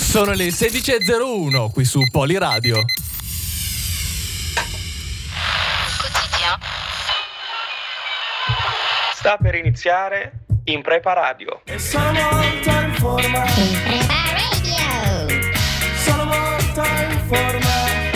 Sono le 16.01 qui su Poliradio. Sta per iniziare In Prepa Radio. E sono molto in forma. In Prepa Radio. Sono molto in forma.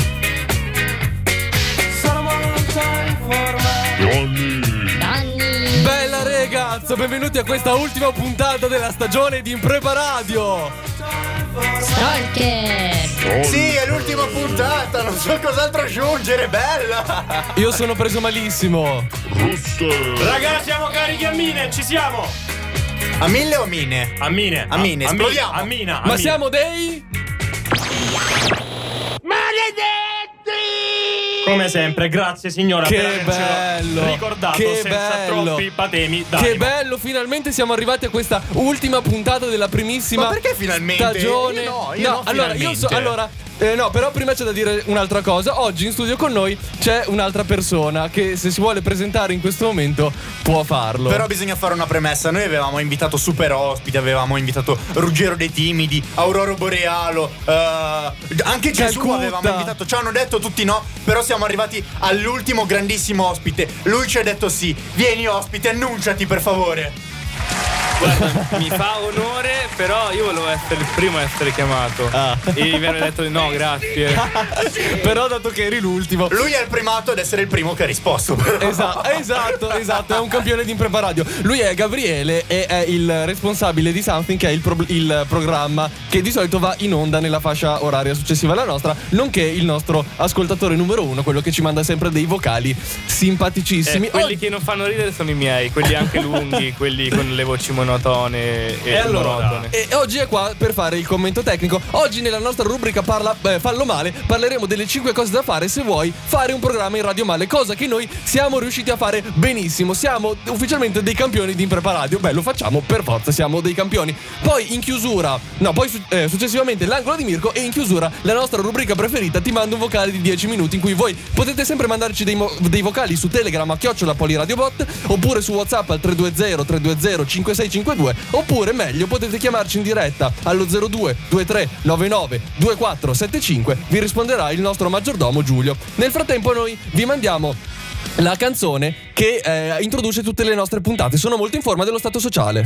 Sono molto in forma. Bella ragazzo, benvenuti a questa ultima puntata della stagione di In Prepa Radio. Stalker. Sì, è l'ultima puntata, non so cos'altro aggiungere, bella! Io sono preso malissimo. Ragazzi, siamo carichi a mine, ci siamo! A mille o mine? A mine. A mine, esplodiamo. A mina. Ma siamo dei... Come sempre, grazie signora per Che avercelo bello, ricordato che senza bello. troppi patemi. Che bello, finalmente siamo arrivati a questa ultima puntata della primissima Ma perché finalmente? stagione. Io no, allora, finalmente. no, però prima c'è da dire un'altra cosa. Oggi in studio con noi c'è un'altra persona che, se si vuole presentare in questo momento, può farlo. Però bisogna fare una premessa. Noi avevamo invitato super ospiti, avevamo invitato Ruggero dei Timidi, Aurora Borealo, anche Gesù Calcutta. avevamo invitato. Ci hanno detto tutti no, però siamo arrivati all'ultimo grandissimo ospite. Lui ci ha detto sì. Vieni ospite, annunciati per favore. Guarda, mi fa onore, però io volevo essere il primo a essere chiamato. E mi hanno detto no, grazie. Però dato che eri l'ultimo. Lui è il primato ad essere il primo che ha risposto, però. Esatto, è un campione di Imprepa Radio. Lui è Gabriele e è il responsabile di Something, che è il programma che di solito va in onda nella fascia oraria successiva alla nostra, nonché il nostro ascoltatore numero uno, quello che ci manda sempre dei vocali simpaticissimi. Quelli che non fanno ridere sono i miei, quelli anche lunghi, quelli con le voci monotone e monotone. E oggi è qua per fare il commento tecnico. Oggi nella nostra rubrica Fallo Male parleremo delle 5 cose da fare se vuoi fare un programma in radio male, cosa che noi siamo riusciti a fare benissimo. Siamo ufficialmente dei campioni di Imprepa Radio. Beh, lo facciamo per forza, siamo dei campioni. Poi in chiusura, successivamente l'angolo di Mirko, e in chiusura la nostra rubrica preferita, ti mando un vocale di 10 minuti in cui voi potete sempre mandarci dei vocali su Telegram a @Poliradiobot, oppure su WhatsApp al 320 5652, oppure meglio potete chiamarci in diretta allo 02 23 99 2475. Vi risponderà il nostro maggiordomo Giulio. Nel frattempo noi vi mandiamo la canzone che introduce tutte le nostre puntate. Sono molto in forma dello stato sociale.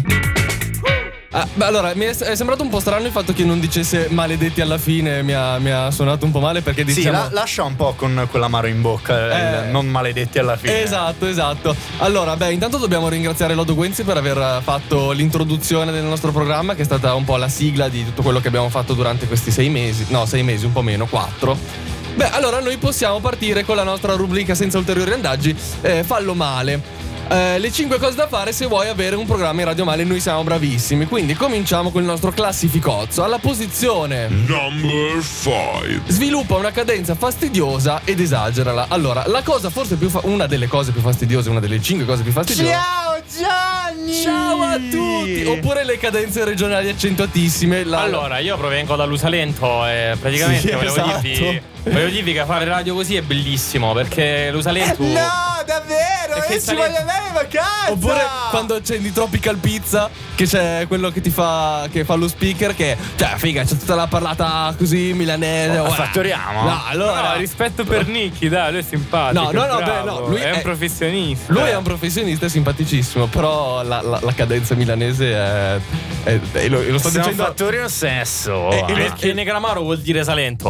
Allora, mi è sembrato un po' strano il fatto che non dicesse maledetti alla fine. Mi ha suonato un po' male perché diciamo... Sì, lascia un po' con quell'amaro in bocca, non maledetti alla fine. Esatto. Allora, intanto dobbiamo ringraziare Lodo Guenzi per aver fatto l'introduzione del nostro programma, che è stata un po' la sigla di tutto quello che abbiamo fatto durante questi 6 mesi. No, 6 mesi, un po' meno, 4. Allora noi possiamo partire con la nostra rubrica senza ulteriori andaggi, Fallo Male. Le 5 cose da fare se vuoi avere un programma in radio male. Noi siamo bravissimi, quindi cominciamo con il nostro classificozzo. Alla posizione Number 5. sviluppa una cadenza fastidiosa ed esagerala. Allora, la cosa forse una delle cose più fastidiose, una delle 5 cose più fastidiose. Ciao Gianni! Ciao a tutti! Oppure le cadenze regionali accentuatissime. Allora, io provengo dall'Usalento e praticamente Sì, volevo dirvi che fare radio così è bellissimo, perché l'Usalento... No, davvero! Perché Io ci voglio andare in vacanza! Oppure quando accendi Tropical Pizza, che c'è quello che fa lo speaker, che figa, c'è tutta la parlata così milanese. Fattoriamo. No, allora rispetto per Nicky, dai, lui è simpatico. No, lui è un professionista. Lui è un professionista, è simpaticissimo, però la cadenza milanese è lo sto dicendo. Fattori o sesso? E Negramaro vuol dire Salento.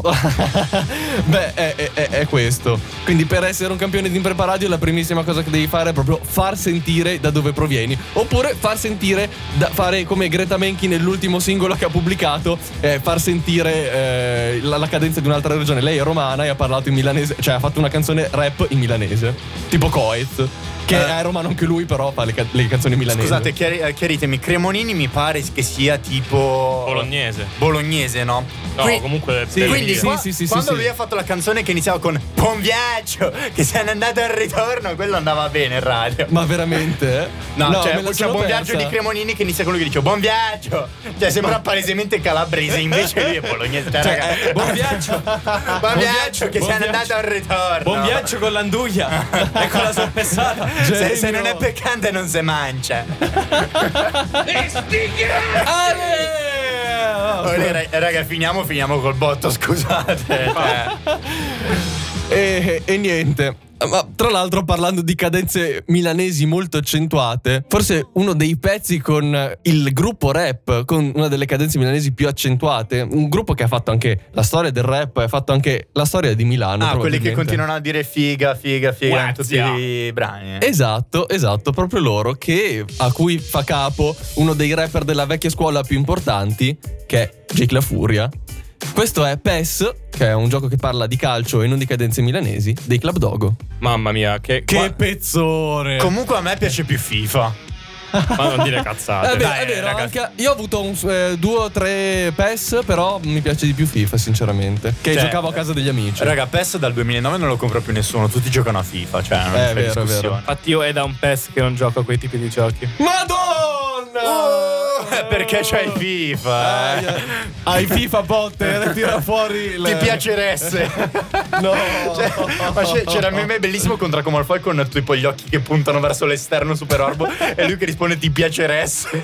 È questo. Quindi per essere un campione di Imprepa Radio la primissima cosa che devi fare è proprio far sentire da dove provieni. Oppure far sentire, fare come Greta Menchi nell'ultimo singolo che ha pubblicato, far sentire la cadenza di un'altra regione. Lei è romana e ha parlato in milanese, cioè ha fatto una canzone rap in milanese, tipo Coez, che è romano anche lui, però fa le canzoni milanesi. Scusate, chiaritemi, Cremonini mi pare che sia tipo bolognese, no? No, comunque quindi sì, quando sì. lui ha fatto la canzone che iniziava con Buon viaggio, che se n'è andato al ritorno, quello andava bene in radio. Ma veramente? No, me la c'è sono Buon persa. viaggio di Cremonini che inizia con lui che dice Buon viaggio. Cioè sembra palesemente calabrese, invece lui è bolognese. Cioè, buon viaggio. Buon viaggio, che se n'è andato al ritorno. Buon viaggio con l'anduglia e con la sorpressata. Se non è peccante non si mangia. Raga, finiamo col botto, scusate. E niente. Ma tra l'altro, parlando di cadenze milanesi molto accentuate, forse uno dei pezzi con il gruppo rap con una delle cadenze milanesi più accentuate, un gruppo che ha fatto anche la storia del rap, ha fatto anche la storia di Milano. Quelli che continuano a dire figa in tutti i brani. Esatto, proprio loro, a cui fa capo uno dei rapper della vecchia scuola più importanti, che è Jake La Furia. Questo è PES, che è un gioco che parla di calcio e non di cadenze milanesi, dei Club Dogo. Mamma mia, che pezzone! Comunque a me piace più FIFA. Ma non dire cazzate. È vero, anche io ho avuto 2 o 3 PES, però mi piace di più FIFA, sinceramente. Che giocavo a casa degli amici. Raga, PES dal 2009 non lo compra più nessuno, tutti giocano a FIFA, cioè non è vero, è vero. Infatti io è da un PES che non gioco a quei tipi di giochi. Madonna! Perché c'hai FIFA? Hai FIFA Potter, tira fuori Ti piaceresse? No. Ma c'era un meme bellissimo con Draco Malfoy con tipo gli occhi che puntano verso l'esterno super orbo e lui che risponde ti piaceresse.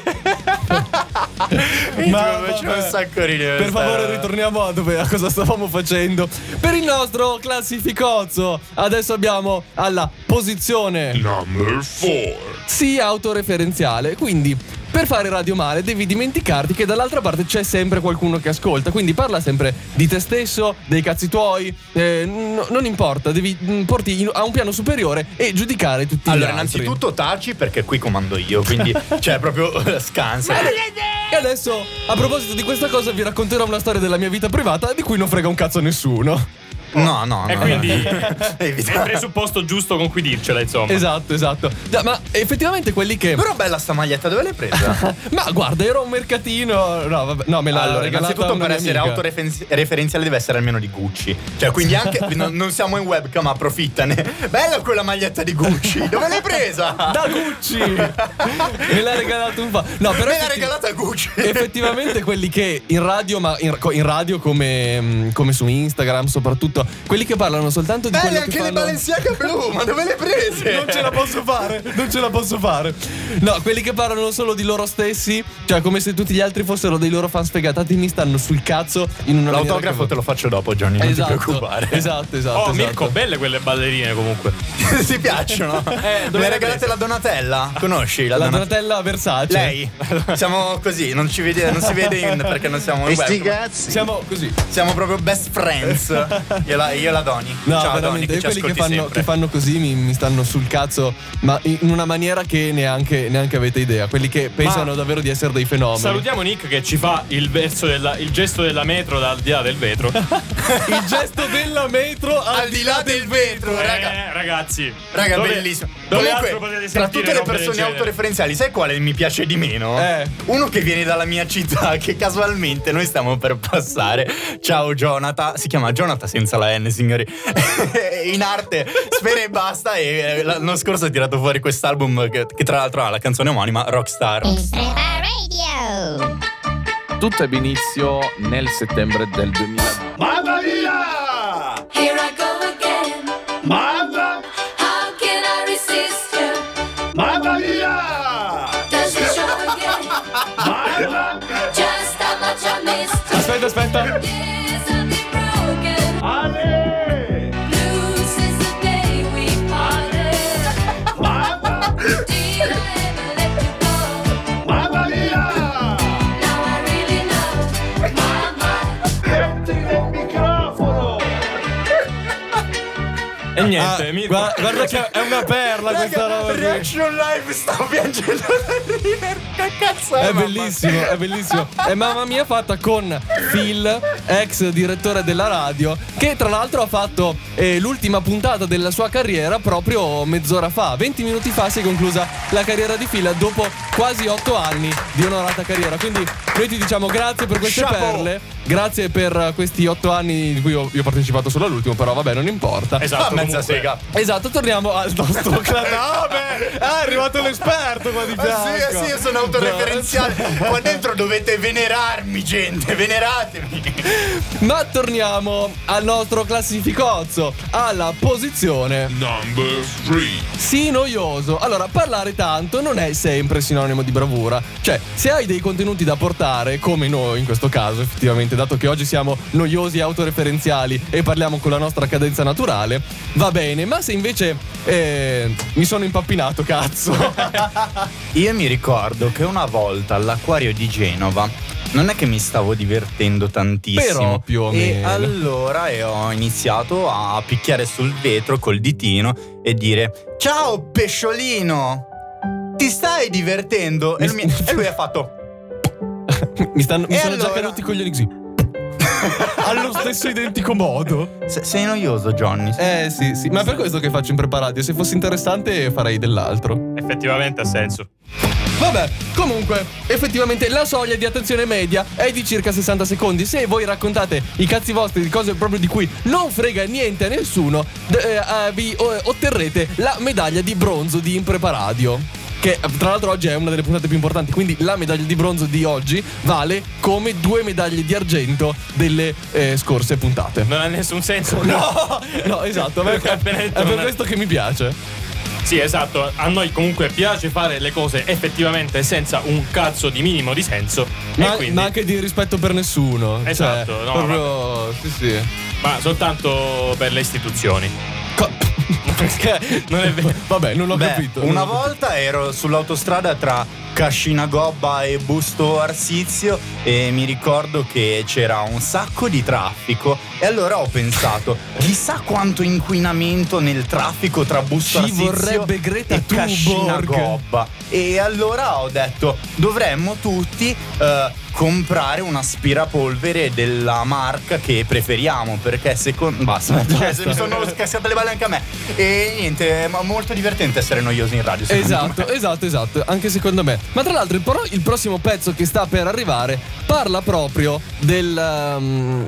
Ma faceva un sacco ridere. Per favore ritorniamo a cosa stavamo facendo. Per il nostro classificozzo adesso abbiamo alla posizione Number 4. sì autoreferenziale, quindi per fare radio male devi dimenticarti che dall'altra parte c'è sempre qualcuno che ascolta, quindi parla sempre di te stesso, dei cazzi tuoi, non importa, devi porti a un piano superiore e giudicare tutti gli altri. Allora, innanzitutto taci perché qui comando io, quindi cioè proprio scansa. E adesso, a proposito di questa cosa, vi racconterò una storia della mia vita privata di cui non frega un cazzo a nessuno. No. E quindi è il presupposto giusto con cui dircela, insomma. Esatto. Ma effettivamente quelli che... Però bella sta maglietta, dove l'hai presa? Ma guarda, era un mercatino. No, vabbè, no, me l'ha regalata innanzitutto una per mia essere amica. autoreferenziale deve essere almeno di Gucci. Cioè, quindi anche non siamo in webcam, approfittane. Bella quella maglietta di Gucci. Dove l'hai presa? Da Gucci. Me l'ha regalato un po'. No, però me l'ha regalata Gucci. Effettivamente quelli che in radio, ma in radio come su Instagram soprattutto, quelli che parlano soltanto di quello che anche fanno. le Balenciaga blu, ma dove le prese? Non ce la posso fare. No, quelli che parlano solo di loro stessi, cioè come se tutti gli altri fossero dei loro fan sfegatati, mi stanno sul cazzo in una L'autografo te lo faccio dopo, Johnny, non ti preoccupare. Esatto. Oh, Mirko, belle quelle ballerine comunque. Ti piacciono? Me le regalate la Donatella? Conosci la Donatella Versace? Lei? Siamo così, non si vede perché non siamo in web. Cazzi. Siamo così. Siamo proprio best friends. Io la Doni. No, ciao veramente, Doni, quelli che fanno così mi stanno sul cazzo, ma in una maniera che neanche avete idea. Quelli che pensano davvero di essere dei fenomeni. Salutiamo Nick che ci fa il gesto della metro da al di là del vetro. Il gesto della metro al di là del vetro, raga. Ragazzi, raga, bellissimo. Comunque, tra tutte le persone autoreferenziali, sai quale mi piace di meno? Uno che viene dalla mia città, che casualmente noi stiamo per passare. Ciao Jonathan. Si chiama Jonathan senza la N, signori. In arte Sfera e Basta. E l'anno scorso ha tirato fuori quest'album che tra l'altro ha la canzone omonima, Rockstar. Radio. Tutto ebbe inizio nel settembre del 2000. Mamma mia! Here I go again. Mamma! How can I resist you? Mamma mia! Does it show again? Mamma! Just how much I missed you. Aspetta. There's something broken. Ale! Blue since the day we parted. Mamma! Did I ever let you go? Mamma mia! Now I really know. Mama. Metti il microfono! E niente, guarda che è una perla questa roba. Reaction live, stavo piangendo da ridere. Che cazzo È bellissimo. È Mamma Mia fatta con Phil, ex direttore della radio, che tra l'altro ha fatto l'ultima puntata della sua carriera proprio mezz'ora fa. 20 minuti fa si è conclusa la carriera di Phil dopo quasi 8 anni di onorata carriera. Quindi noi ti diciamo grazie per queste perle, grazie per questi 8 anni di cui io ho partecipato solo all'ultimo, però vabbè, non importa. Esatto, mezza sega. Esatto, torniamo al nostro è arrivato l'esperto qua di fianco. Sì, io sono autoreferenziale. Qua dentro dovete venerarmi, gente, veneratemi. Ma torniamo al nostro classificozzo, alla posizione Number 3. sì noioso. Allora, parlare tanto non è sempre sinonimo di bravura. Cioè, se hai dei contenuti da portare ascoltare, come noi in questo caso effettivamente, dato che oggi siamo noiosi e autoreferenziali e parliamo con la nostra cadenza naturale, va bene. Ma se invece mi sono impappinato, cazzo. Io mi ricordo che una volta all'acquario di Genova non è che mi stavo divertendo tantissimo, però più o meno. E allora ho iniziato a picchiare sul vetro col ditino e dire: ciao pesciolino, ti stai divertendo? E lui ha fatto mi sono allora... già caduti i coglioni così. Allo stesso identico modo. Sei noioso, Johnny. Sì. Ma è per questo che faccio impreparadio. Se fosse interessante farei dell'altro. Effettivamente ha senso. Vabbè, comunque, effettivamente la soglia di attenzione media è di circa 60 secondi. Se voi raccontate i cazzi vostri di cose proprio di cui non frega niente a nessuno, vi otterrete la medaglia di bronzo di Impreparadio, che tra l'altro oggi è una delle puntate più importanti. Quindi la medaglia di bronzo di oggi vale come 2 medaglie di argento delle scorse puntate. Non ha nessun senso. No, esatto. È per questo che mi piace. Sì, esatto. A noi comunque piace fare le cose effettivamente senza un cazzo di minimo di senso. Ma, e quindi... ma anche di rispetto per nessuno. Esatto, cioè, no, proprio sì. Ma soltanto per le istituzioni. Non è vero. Vabbè, non l'ho capito. Una volta ero sull'autostrada tra Cascinagobba e Busto Arsizio e mi ricordo che c'era un sacco di traffico e allora ho pensato: chissà quanto inquinamento nel traffico tra Busto Arsizio vorrebbe Greta e Cascinagobba. E allora ho detto: dovremmo tutti comprare un aspirapolvere della marca che preferiamo, perché basta. Cioè, mi sono scassate le balle anche a me. E niente, è molto divertente essere noiosi in radio. Esatto, anche secondo me. Ma tra l'altro il prossimo pezzo che sta per arrivare parla proprio del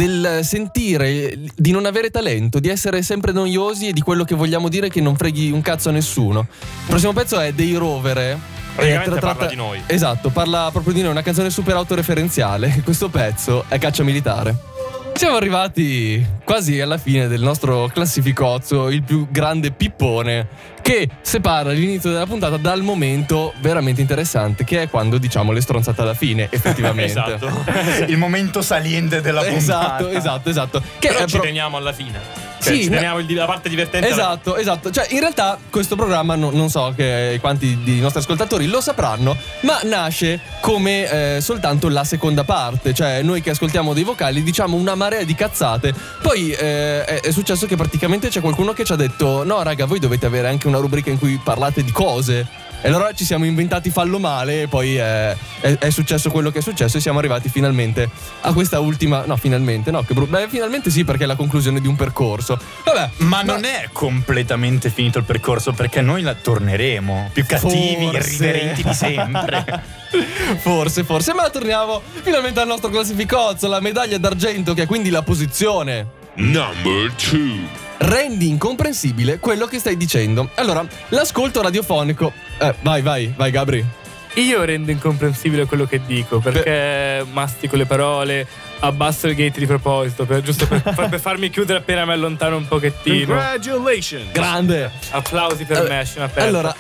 sentire di non avere talento, di essere sempre noiosi e di quello che vogliamo dire che non freghi un cazzo a nessuno. Il prossimo pezzo è dei Rovere. Praticamente parla di noi. Esatto, parla proprio di noi, una canzone super autoreferenziale. Questo pezzo è Caccia Militare. Siamo arrivati quasi alla fine del nostro classificozzo, il più grande pippone che separa l'inizio della puntata dal momento veramente interessante, che è quando diciamo le stronzate alla fine, effettivamente. Esatto. Il momento saliente della puntata. Esatto. Che però ci teniamo alla fine. Cioè, ci teniamo la parte divertente. Esatto. Cioè, in realtà questo programma non so che quanti dei nostri ascoltatori lo sapranno, ma nasce come soltanto la seconda parte. Cioè, noi che ascoltiamo dei vocali diciamo una marea di cazzate. Poi è successo che praticamente c'è qualcuno che ci ha detto: no raga, voi dovete avere anche una rubrica in cui parlate di cose. E allora ci siamo inventati Fallo Male e poi è successo quello che è successo e siamo arrivati finalmente a questa ultima. No, finalmente no, finalmente sì, perché è la conclusione di un percorso. Vabbè, ma non è completamente finito il percorso, perché noi la torneremo più cattivi, irriverenti di sempre. Forse, ma torniamo finalmente al nostro classificozzo, la medaglia d'argento, che è quindi la posizione Number 2. Rendi incomprensibile quello che stai dicendo. Allora, l'ascolto radiofonico. Vai Gabri. Io rendo incomprensibile quello che dico, perché mastico le parole, abbasso il gate di proposito, giusto per farmi chiudere appena mi allontano un pochettino. Congratulations. Grande. Applausi per me, scena aperta. Allora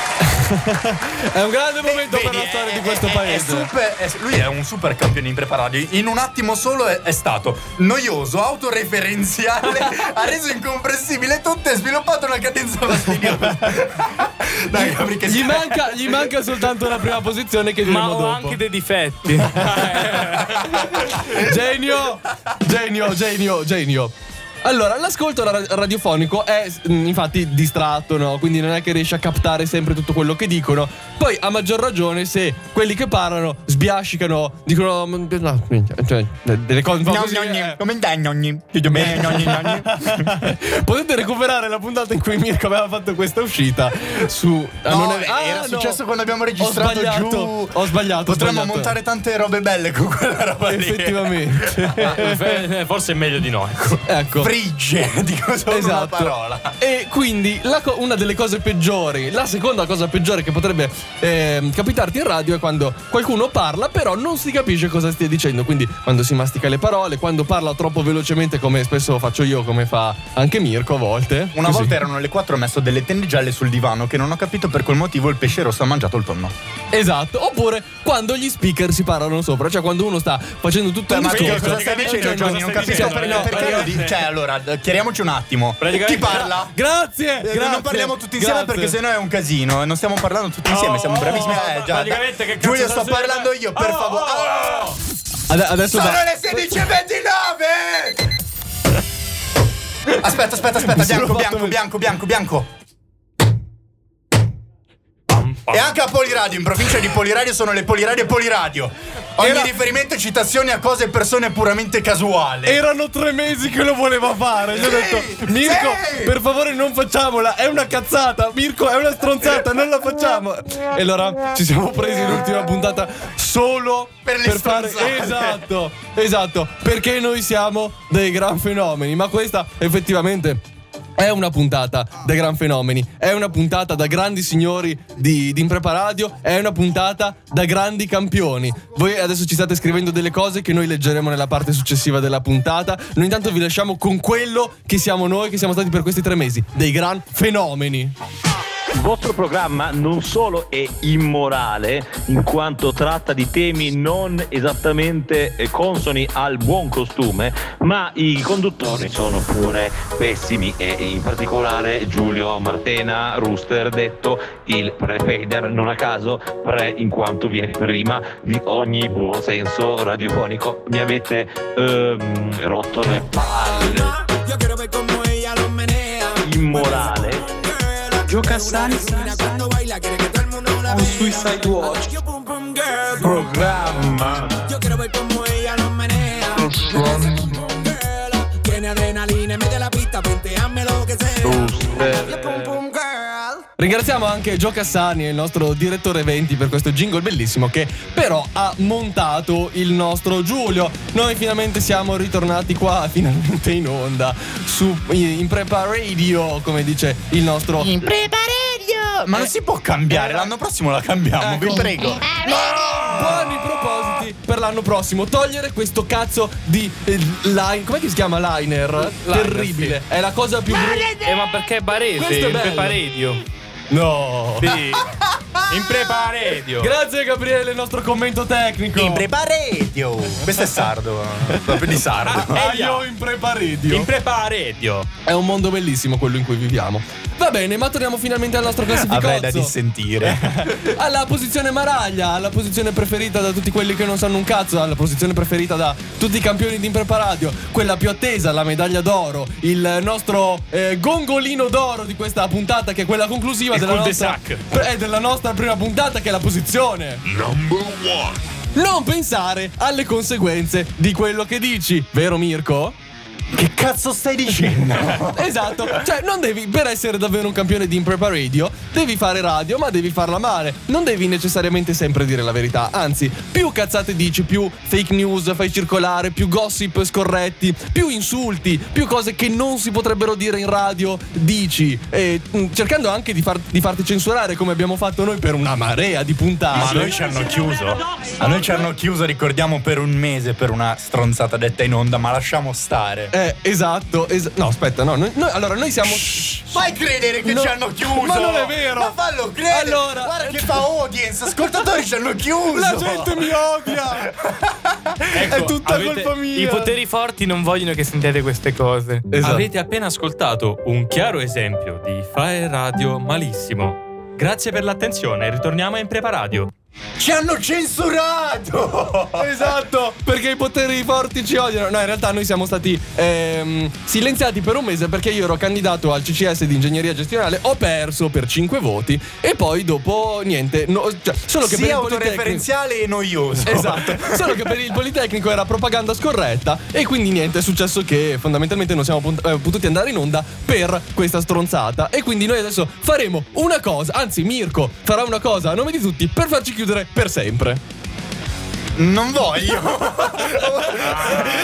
è un grande momento per la storia di questo paese. Lui è un super campione impreparato. In un attimo solo è stato noioso, autoreferenziale, ha reso incomprensibile tutto e sviluppato una cadenza fastidiosa. Dai, Gabri, che gli manca soltanto la prima posizione che diremo dopo. Ma ho anche dei difetti. Genio. Allora, l'ascolto radiofonico è infatti distratto, no? Quindi non è che riesce a captare sempre tutto quello che dicono. Poi, a maggior ragione, se quelli che parlano sbiascicano, dicono cioè, delle cose come dai, nonni? Potete recuperare la puntata in cui Mirko aveva fatto questa uscita su... era successo quando abbiamo registrato giù. Ho sbagliato. Potremmo montare tante robe belle con quella roba lì. Effettivamente. Forse è meglio di no. Ecco. frigge, dico solo una parola. E quindi una delle cose peggiori, la seconda cosa peggiore che potrebbe capitarti in radio è quando qualcuno parla però non si capisce cosa stia dicendo, quindi quando si mastica le parole, quando parla troppo velocemente come spesso faccio io, come fa anche Mirko a volte. Una volta erano le 4, ho messo delle tende gialle sul divano che non ho capito per quel motivo il pesce rosso ha mangiato il tonno. Esatto, oppure quando gli speaker si parlano sopra, cioè quando uno sta facendo tutto il discorso. Cosa stai dicendo, Johnny? Non capisco perché lo dici. Cioè, allora, chiariamoci un attimo. Chi parla? Grazie. Non parliamo tutti insieme perché sennò è un casino. Non stiamo parlando tutti insieme, siamo bravissimi. Già. Giulio, sto parlando io, per favore. Adesso sono le 16:29. Aspetta, bianco. E anche a Poliradio, in provincia di Poliradio sono le Poliradio e Poliradio. Ogni riferimento e citazione a cose e persone puramente casuale. Erano 3 mesi che lo voleva fare. Gli ho detto, Mirko, per favore non facciamola, è una cazzata. Mirko, è una stronzata, non la facciamo. E allora ci siamo presi l'ultima puntata solo per fare. Esatto, perché noi siamo dei gran fenomeni. Ma questa effettivamente è una puntata da gran fenomeni, è una puntata da grandi signori di Impreparadio, è una puntata da grandi campioni. Voi adesso ci state scrivendo delle cose che noi leggeremo nella parte successiva della puntata. Noi intanto vi lasciamo con quello che siamo noi, che siamo stati per questi 3 mesi, dei gran fenomeni. Il vostro programma non solo è immorale, in quanto tratta di temi non esattamente consoni al buon costume, ma i conduttori sono pure pessimi, e in particolare Giulio Martena Rooster, detto il pre-fader, non a caso pre in quanto viene prima di ogni buon senso radiofonico. Mi avete rotto le palle. Immorale. Gio Cassani un Suicide Watch programma. Tiene adrenalina, mete la pista, penteammelo che sei. Ringraziamo anche Gio Cassani, il nostro direttore eventi, per questo jingle bellissimo che però ha montato il nostro Giulio. Noi finalmente siamo ritornati qua, finalmente in onda su Impreparadio, come dice il nostro Impreparadio. Ma non si può cambiare, l'anno prossimo la cambiamo, vi prego. Buoni propositi per l'anno prossimo. Togliere questo cazzo di line. Com'è che si chiama? Liner? Terribile. Sì. È la cosa più brutta. Ma perché è barese? Impreparadio. No. Sì. Impreparadio. Grazie Gabriele, il nostro commento tecnico. Impreparadio. Questo è sardo. Proprio di sardo. Io Impreparadio. Impreparadio. È un mondo bellissimo quello in cui viviamo. Va bene, ma torniamo finalmente al nostro classificozzo. Avrei da dissentire. Alla posizione maraglia, alla posizione preferita da tutti quelli che non sanno un cazzo, alla posizione preferita da tutti i campioni di Impreparadio, quella più attesa, la medaglia d'oro, il nostro gongolino d'oro di questa puntata, che è quella conclusiva della nostra prima puntata, che è la posizione Number 1. non pensare alle conseguenze di quello che dici, vero Mirko? Che cazzo stai dicendo? Esatto, cioè non devi, per essere davvero un campione di Impreparadio, devi fare radio, ma devi farla male. Non devi necessariamente sempre dire la verità. Anzi, più cazzate dici, più fake news fai circolare, più gossip scorretti, più insulti, più cose che non si potrebbero dire in radio dici, cercando anche di farti censurare, come abbiamo fatto noi per una marea di puntate. Ma a noi ci hanno chiuso. A noi ci hanno chiuso, ricordiamo, per un mese per una stronzata detta in onda, ma lasciamo stare. Esatto. No, aspetta, no. Noi siamo. Fai credere che ci hanno chiuso. Ma non è vero. Ma fallo credere. Allora, guarda che fa audience. Ascoltatori ci hanno chiuso. La gente mi odia. Ecco, è tutta colpa mia. I poteri forti non vogliono che sentiate queste cose. Esatto. Avete appena ascoltato un chiaro esempio di fare radio malissimo. Grazie per l'attenzione, ritorniamo a Impreparadio. Ci hanno censurato. Esatto, perché i poteri forti ci odiano. No, in realtà noi siamo stati silenziati per un mese perché io ero candidato al CCS di ingegneria gestionale, ho perso per 5 voti e poi dopo niente, solo che sì, per il autoreferenziale e noioso. Esatto, solo che per il Politecnico era propaganda scorretta e quindi niente, è successo che fondamentalmente non siamo potuti andare in onda per questa stronzata. E quindi noi adesso faremo una cosa, anzi Mirko farà una cosa a nome di tutti per farci chiudere per sempre. Non voglio.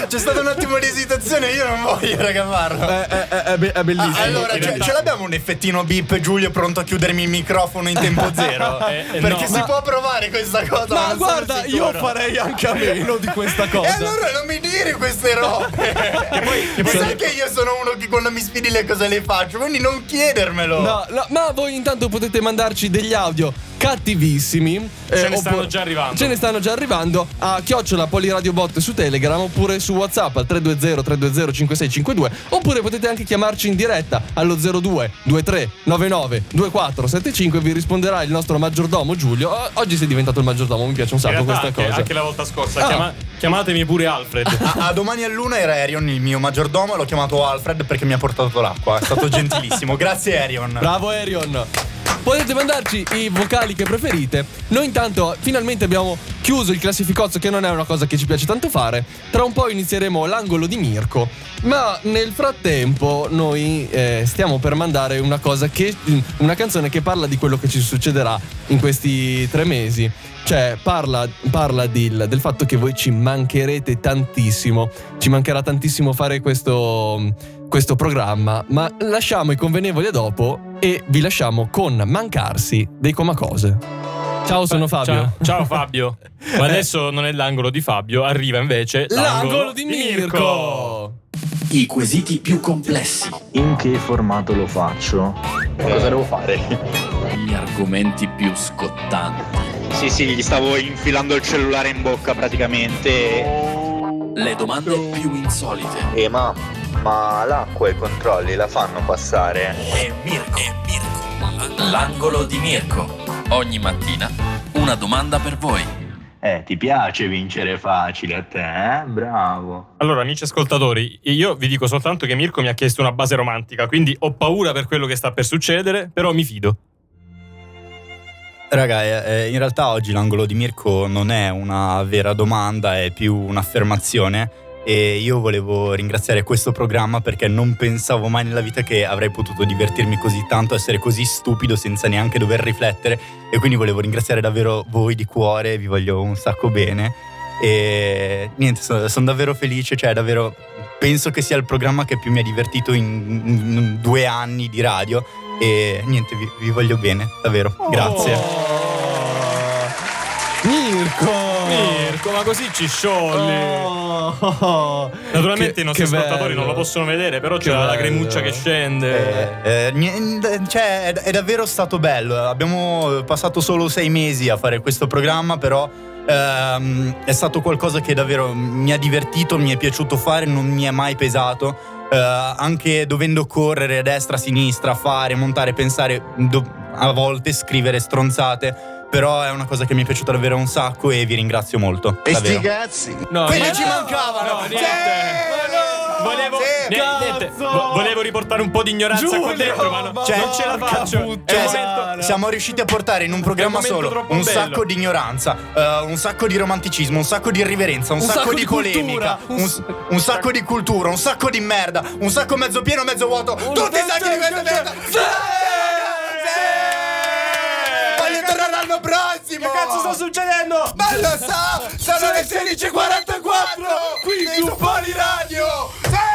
c'è stato un attimo di esitazione, io non voglio, raga, farlo. È bellissimo. Allora, ce l'abbiamo un effettino beep, Giulio, pronto a chiudermi il microfono in tempo zero? Perché si può provare questa cosa. Ma guarda, io farei anche a meno di questa cosa. E allora non mi dire queste robe. Sai che io sono uno che quando mi sfidi le cose le faccio, quindi non chiedermelo. No, ma voi intanto potete mandarci degli audio cattivissimi. Ce ne stanno già arrivando a @poliradiobot su Telegram oppure su WhatsApp al 320-320-5652, oppure potete anche chiamarci in diretta allo 02 23 99 24 75 e vi risponderà il nostro maggiordomo Giulio. Oggi sei diventato il maggiordomo, mi piace un sacco questa cosa. Anche la volta scorsa. Chiamatemi pure Alfred. A domani all'una era Arion il mio maggiordomo, l'ho chiamato Alfred perché mi ha portato l'acqua. È stato gentilissimo. Grazie Arion. Bravo Arion. Potete mandarci i vocali che preferite. Noi intanto finalmente abbiamo chiuso il classificozzo, che non è una cosa che ci piace tanto fare. Tra un po' inizieremo l'angolo di Mirko, ma nel frattempo noi stiamo per mandare una canzone che parla di quello che ci succederà in questi 3 mesi. Cioè parla del fatto che voi ci mancherete tantissimo. Ci mancherà tantissimo fare questo programma, ma lasciamo i convenevoli a dopo e vi lasciamo con Mancarsi dei Comacose. Ciao, sono Fabio. Ciao Fabio. Ma adesso non è l'angolo di Fabio, arriva invece l'angolo di Mirko. I quesiti più complessi. In che formato lo faccio? Cosa devo fare? Gli argomenti più scottanti. Sì, gli stavo infilando il cellulare in bocca praticamente. Le domande più insolite. Ma l'acqua e i controlli la fanno passare? E Mirko. L'angolo di Mirko. Ogni mattina una domanda per voi. Ti piace vincere facile a te, eh? Bravo. Allora, amici ascoltatori, io vi dico soltanto che Mirko mi ha chiesto una base romantica, quindi ho paura per quello che sta per succedere, però mi fido. Raga, in realtà oggi l'angolo di Mirko non è una vera domanda, è più un'affermazione. E io volevo ringraziare questo programma perché non pensavo mai nella vita che avrei potuto divertirmi così tanto, essere così stupido senza neanche dover riflettere, e quindi volevo ringraziare davvero voi di cuore, vi voglio un sacco bene e niente, sono davvero felice, cioè davvero penso che sia il programma che più mi ha divertito in 2 anni di radio e niente, vi voglio bene, davvero, grazie. Mirko, ma così ci sciogli. Naturalmente i nostri ascoltatori non lo possono vedere, però c'è la lagrimuccia che scende. Cioè è davvero stato bello. Abbiamo passato solo 6 mesi a fare questo programma, però è stato qualcosa che davvero mi ha divertito, mi è piaciuto fare, non mi è mai pesato. Anche dovendo correre a destra, a sinistra, fare, montare, pensare, a volte scrivere stronzate. Però è una cosa che mi è piaciuta davvero un sacco e vi ringrazio molto. E sti cazzi. No, quelli ci mancavano. Volevo riportare un po' di ignoranza qua dentro, ma non ce la faccio. Siamo riusciti a portare in un programma solo un sacco di ignoranza, un sacco di romanticismo, un sacco di irriverenza, un sacco di polemica, un sacco di cultura, un sacco di merda, un sacco mezzo pieno, mezzo vuoto. Tutti i sacchi di questa merda. Voglio tornare l'anno prossimo. Che cazzo sta succedendo? Ma lo so, sono le 16:44 qui su Poliradio.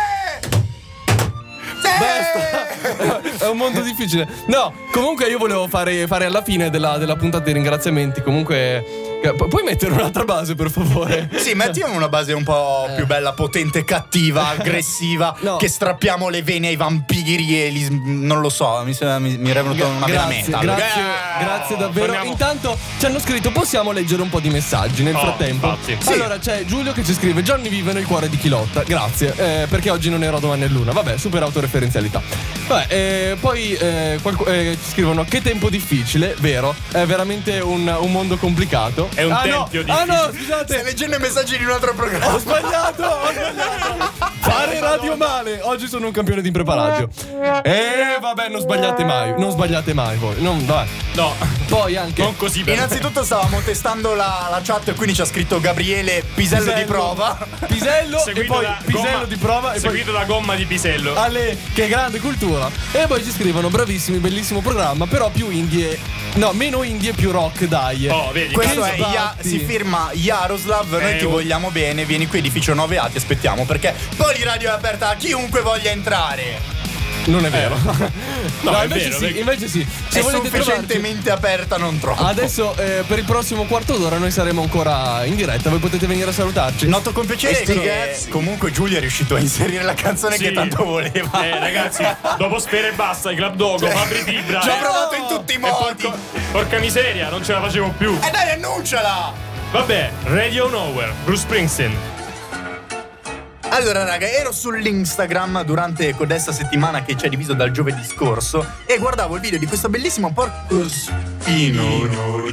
Basta. È un mondo difficile. No, comunque io volevo fare alla fine della puntata dei ringraziamenti. Comunque puoi mettere un'altra base, per favore? Sì, mettiamo una base un po' più bella, potente, cattiva, aggressiva, che strappiamo le vene ai vampiri e non lo so, mi era venuta una vena metal. Grazie davvero. Intanto ci hanno scritto, possiamo leggere un po' di messaggi nel frattempo? Sì. Allora c'è Giulio che ci scrive: Johnny vive nel cuore di chi lotta. Grazie, perché oggi non ero domani all'una. Vabbè, super autoreferenzialità. Vabbè, poi ci scrivono: che tempo difficile, vero? È veramente un mondo complicato. È un tempio difficile. No, scusate, stai leggendo i messaggi di un altro programma. Ho sbagliato. Fare radio male. Oggi sono un campione di impreparaggio. Vabbè, non sbagliate mai voi. Vabbè. No. Poi anche non così. Innanzitutto stavamo testando la chat e quindi ci ha scritto Gabriele Pisello di prova. Pisello seguito e poi Pisello di prova e seguito poi da gomma di Pisello. Che grande cultura. E poi ci scrivono: bravissimi, bellissimo programma, però più indie No, meno indie e più rock, dai. Oh, vedi. Questo è si firma Jaroslav, noi ti vogliamo bene, vieni qui edificio 9A, ti aspettiamo perché Poliradio è aperta a chiunque voglia entrare. Non è vero. No, è invece vero, sì, invece sì. Se è volete sufficientemente aperta, non troppo. Adesso per il prossimo quarto d'ora noi saremo ancora in diretta, voi potete venire a salutarci. Noto con piacere che comunque Giulio è riuscito a inserire la canzone che tanto voleva. Ragazzi, dopo Sfera e Basta, i Club Dogo, Fabri Fibra. Ci ho provato in tutti i modi. Porca miseria, non ce la facevo più. Dai, annunciala! Vabbè, Radio Nowhere, Bruce Springsteen. Allora raga, ero sull'Instagram durante questa settimana che ci è diviso dal giovedì scorso e guardavo il video di questo bellissimo porcospino.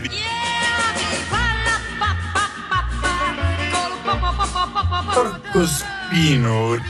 Porcospino.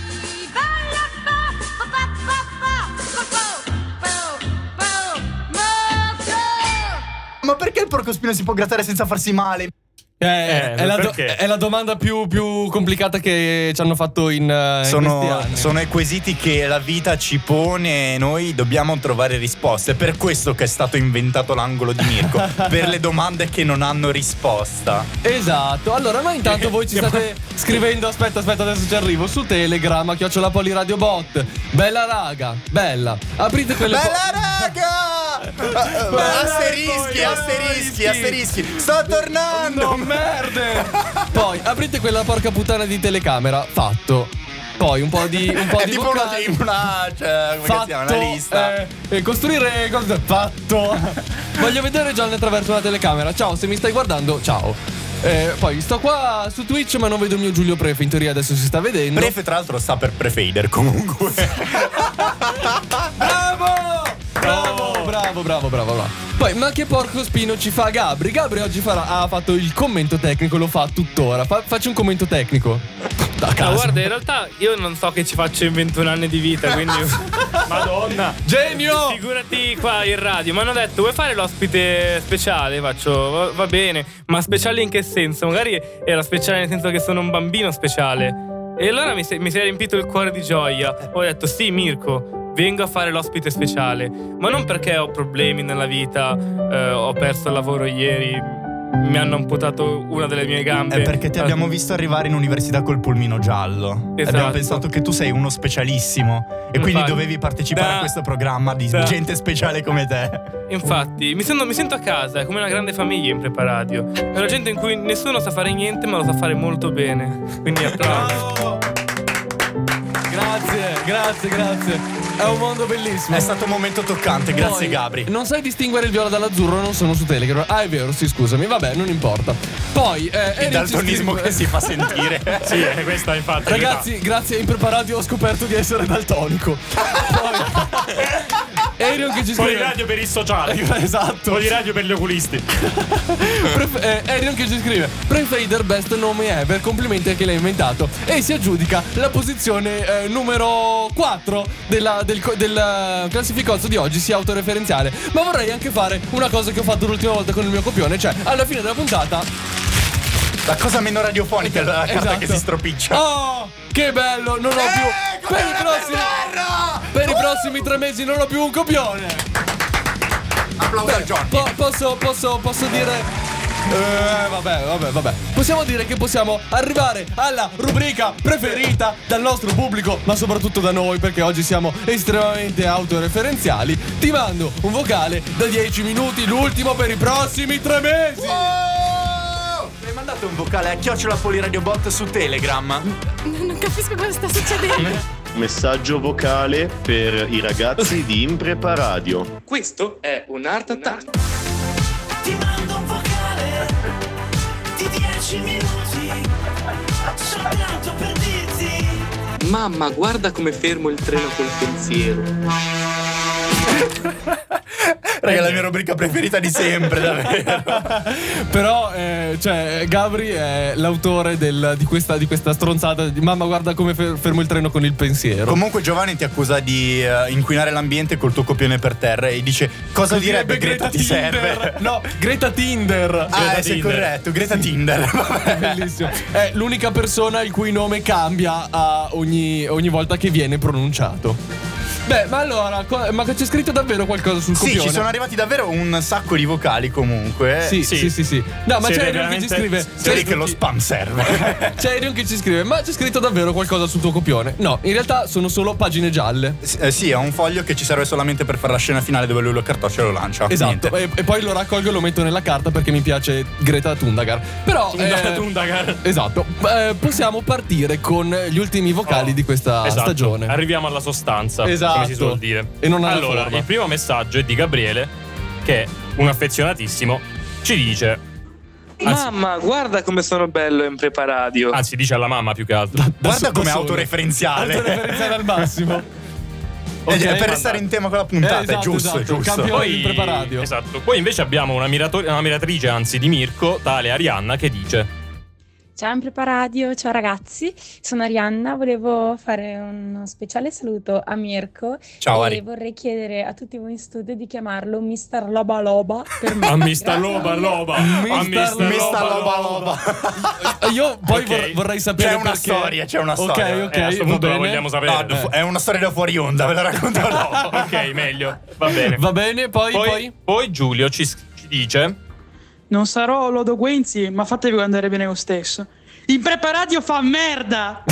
Ma perché il porcospino si può grattare senza farsi male? È la domanda più complicata che ci hanno fatto in questi anni. Sono i quesiti che la vita ci pone e noi dobbiamo trovare risposte. È per questo che è stato inventato l'angolo di Mirko. Per le domande che non hanno risposta. Esatto. Allora noi intanto voi ci state scrivendo. Aspetta adesso ci arrivo. Su Telegram @Poliradiobot. Bella raga, bella. Aprite quelle raga. Asterischi. Sto tornando. Merde. Poi aprite quella porca puttana di telecamera. Fatto. Poi un po' di è tipo una lista. Costruire fatto. Voglio vedere John attraverso la telecamera. Ciao, se mi stai guardando, ciao. Poi sto qua su Twitch ma non vedo il mio Giulio Prefe. In teoria adesso si sta vedendo. Prefe tra l'altro sta per Prefader comunque. Bravo. Poi, ma che porco spino ci fa Gabri? Gabri oggi ha fatto il commento tecnico, lo fa tuttora. Faccio un commento tecnico. No, guarda, in realtà io non so che ci faccio in 21 anni di vita, quindi Madonna, genio! Figurati qua in radio. Mi hanno detto, vuoi fare l'ospite speciale? Faccio, va bene. Ma speciale in che senso? Magari era speciale nel senso che sono un bambino speciale. E allora mi si è riempito il cuore di gioia. Ho detto, sì Mirko, vengo a fare l'ospite speciale, ma non perché ho problemi nella vita, ho perso il lavoro ieri, mi hanno amputato una delle mie gambe. È perché ti abbiamo visto arrivare in università col pulmino giallo. Esatto. Abbiamo pensato che tu sei uno specialissimo e quindi dovevi partecipare a questo programma di gente speciale come te. Infatti mi sento a casa, è come una grande famiglia in Preparadio. È una gente in cui nessuno sa fare niente ma lo sa fare molto bene. Quindi applauso. Grazie. È un mondo bellissimo. È stato un momento toccante, grazie Gabri. Non sai distinguere il viola dall'azzurro, non sono su Telegram. Ah, è vero, sì, scusami, vabbè, non importa. Poi il daltonismo che si fa sentire. Sì, questa infatti. Ragazzi, grazie a Impreparati ho scoperto di essere daltonico. Poi Arion che ci scrive Poliradio per i sociali. Esatto. Poliradio per gli oculisti. Arion che ci scrive Prefader best nome ever, complimenti a chi l'ha inventato. E si aggiudica la posizione numero 4 del classificozzo di oggi, sia autoreferenziale. Ma vorrei anche fare una cosa che ho fatto l'ultima volta con il mio copione, cioè alla fine della puntata la cosa meno radiofonica è la carta che si stropiccia. Oh, che bello, non ho più per i prossimi 3 mesi non ho più un copione. Applauso a Johnny. Posso dire vabbè. Possiamo dire che possiamo arrivare alla rubrica preferita dal nostro pubblico, ma soprattutto da noi, perché oggi siamo estremamente autoreferenziali. Ti mando un vocale da 10 minuti, l'ultimo per i prossimi 3 mesi. Mi hai mandato un vocale a @Poliradiobot su Telegram. Non capisco cosa sta succedendo. Messaggio vocale per i ragazzi di Impreparadio. Questo è un Art Attack. Ti mando un vocale di 10 minuti soltanto per dirti: Mamma, guarda come fermo il treno col pensiero. Raga, la mia rubrica preferita di sempre, davvero. Però, Gabri è l'autore di questa stronzata di mamma, guarda come fermo il treno con il pensiero. Comunque Giovanni ti accusa di inquinare l'ambiente col tuo copione per terra e dice: cosa direbbe Greta ti serve? No, Greta Tinder. Sei corretto, Greta Tinder. È bellissimo. È l'unica persona il cui nome cambia ogni volta che viene pronunciato. Beh, ma allora, ma c'è scritto davvero qualcosa sul copione? Sì, ci sono arrivati davvero un sacco di vocali comunque. Sì. No, ma c'è Arion che ci scrive. Vedi che lo spam serve. C'è Arion che ci scrive, ma c'è scritto davvero qualcosa sul tuo copione? No, in realtà sono solo pagine gialle. Sì, è un foglio che ci serve solamente per fare la scena finale dove lui lo cartoccia e lo lancia. Esatto, e poi lo raccolgo e lo metto nella carta perché mi piace Greta Thunberg. Però Thunberg. Esatto, possiamo partire con gli ultimi vocali di questa stagione. Arriviamo alla sostanza, esatto, come si suol dire. E non alla allora, forma. Il primo messaggio è di Gabriele, che è un affezionatissimo, ci dice: mamma, guarda come sono bello in preparadio. Anzi, dice alla mamma più che altro. Guarda come autoreferenziale. Autoreferenziale al massimo. Okay, per restare in tema con la puntata, esatto, è giusto. Campione in preparadio. Esatto. Poi invece abbiamo una miratrice, anzi, di Mirko, tale Arianna, che dice: Ciao in preparadio, ciao ragazzi, sono Arianna, volevo fare uno speciale saluto a Mirko. Ciao e Ari. vorrei chiedere a tutti voi in studio di chiamarlo Mr. Loba Loba per me. A Mr. Loba Loba. Mr. Loba Loba. Io poi vorrei sapere c'è una perché. storia, c'è una storia. Ok, a questo punto la vogliamo sapere. No, è una storia da fuori onda, ve la racconto dopo. Ok, meglio. Va bene. Va bene, poi Giulio ci dice: Non sarò Lodo Guenzi, ma fatevi andare bene lo stesso. In preparadio fa merda!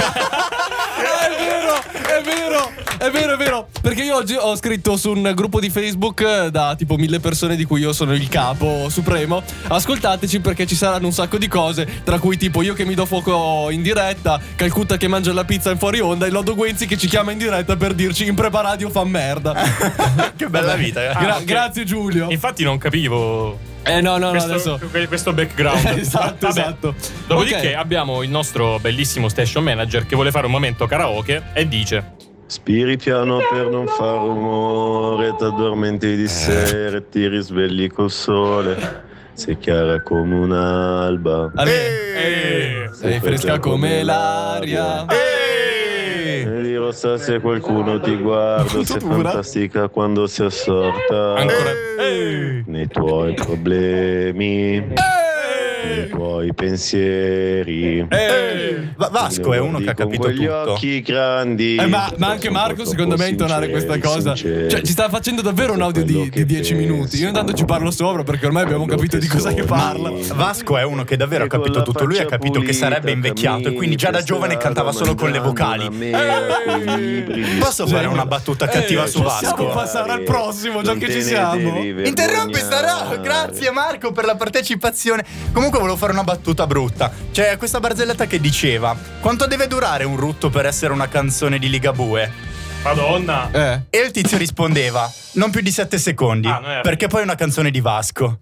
È vero. Perché io oggi ho scritto su un gruppo di Facebook da tipo 1000 persone di cui io sono il capo supremo. Ascoltateci perché ci saranno un sacco di cose, tra cui tipo io che mi do fuoco in diretta, Calcutta che mangia la pizza in fuori onda e Lodo Guenzi che ci chiama in diretta per dirci in preparadio fa merda. Che bella vita. Okay. Grazie Giulio. Infatti non capivo. No, adesso questo background. Esatto. Dopodiché abbiamo il nostro bellissimo station manager che vuole fare un momento karaoke e dice: Spiri piano per non far rumore, t'addormenti di sera e ti risvegli col sole. Sei chiara come un'alba. Sei fresca come l'aria. E di rossa se qualcuno ti guarda, sei fantastica quando sei assorta nei tuoi problemi, nei tuoi pensieri. Vasco è uno che ha capito con quegli tutto. occhi grandi. Ma anche Marco secondo me intonare questa cosa, cioè ci sta facendo davvero un audio di 10 minuti. Io intanto ci parlo sopra perché ormai abbiamo capito di cosa che parla. Vasco è uno che davvero ha capito tutto. Lui ha capito che sarebbe invecchiato e quindi già da giovane cantava solo con le vocali. Posso fare una battuta cattiva su Vasco? Possiamo passare al prossimo, già che ci siamo. Interrompi sta grazie Marco per la partecipazione. Comunque volevo fare una battuta brutta. C'è questa barzelletta che diceva: quanto deve durare un rutto per essere una canzone di Ligabue? Madonna. E il tizio rispondeva: non più di 7 secondi, perché poi è una canzone di Vasco.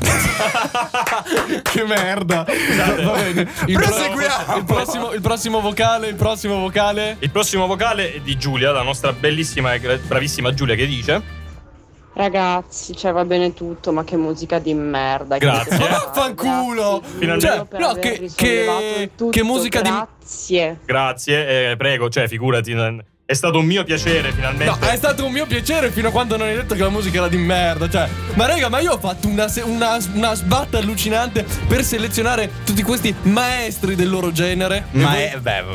Che merda. Va bene. Proseguiamo. Il prossimo vocale. Il prossimo vocale è di Giulia, la nostra bellissima e bravissima Giulia, che dice: Ragazzi, cioè va bene tutto, ma che musica di merda. Grazie. Fanculo. Cioè, no, che musica Grazie. Grazie, prego, cioè figurati. È stato un mio piacere finalmente. No, è stato un mio piacere fino a quando non hai detto che la musica era di merda. Cioè, ma raga, ma io ho fatto una sbatta allucinante per selezionare tutti questi maestri del loro genere. Vai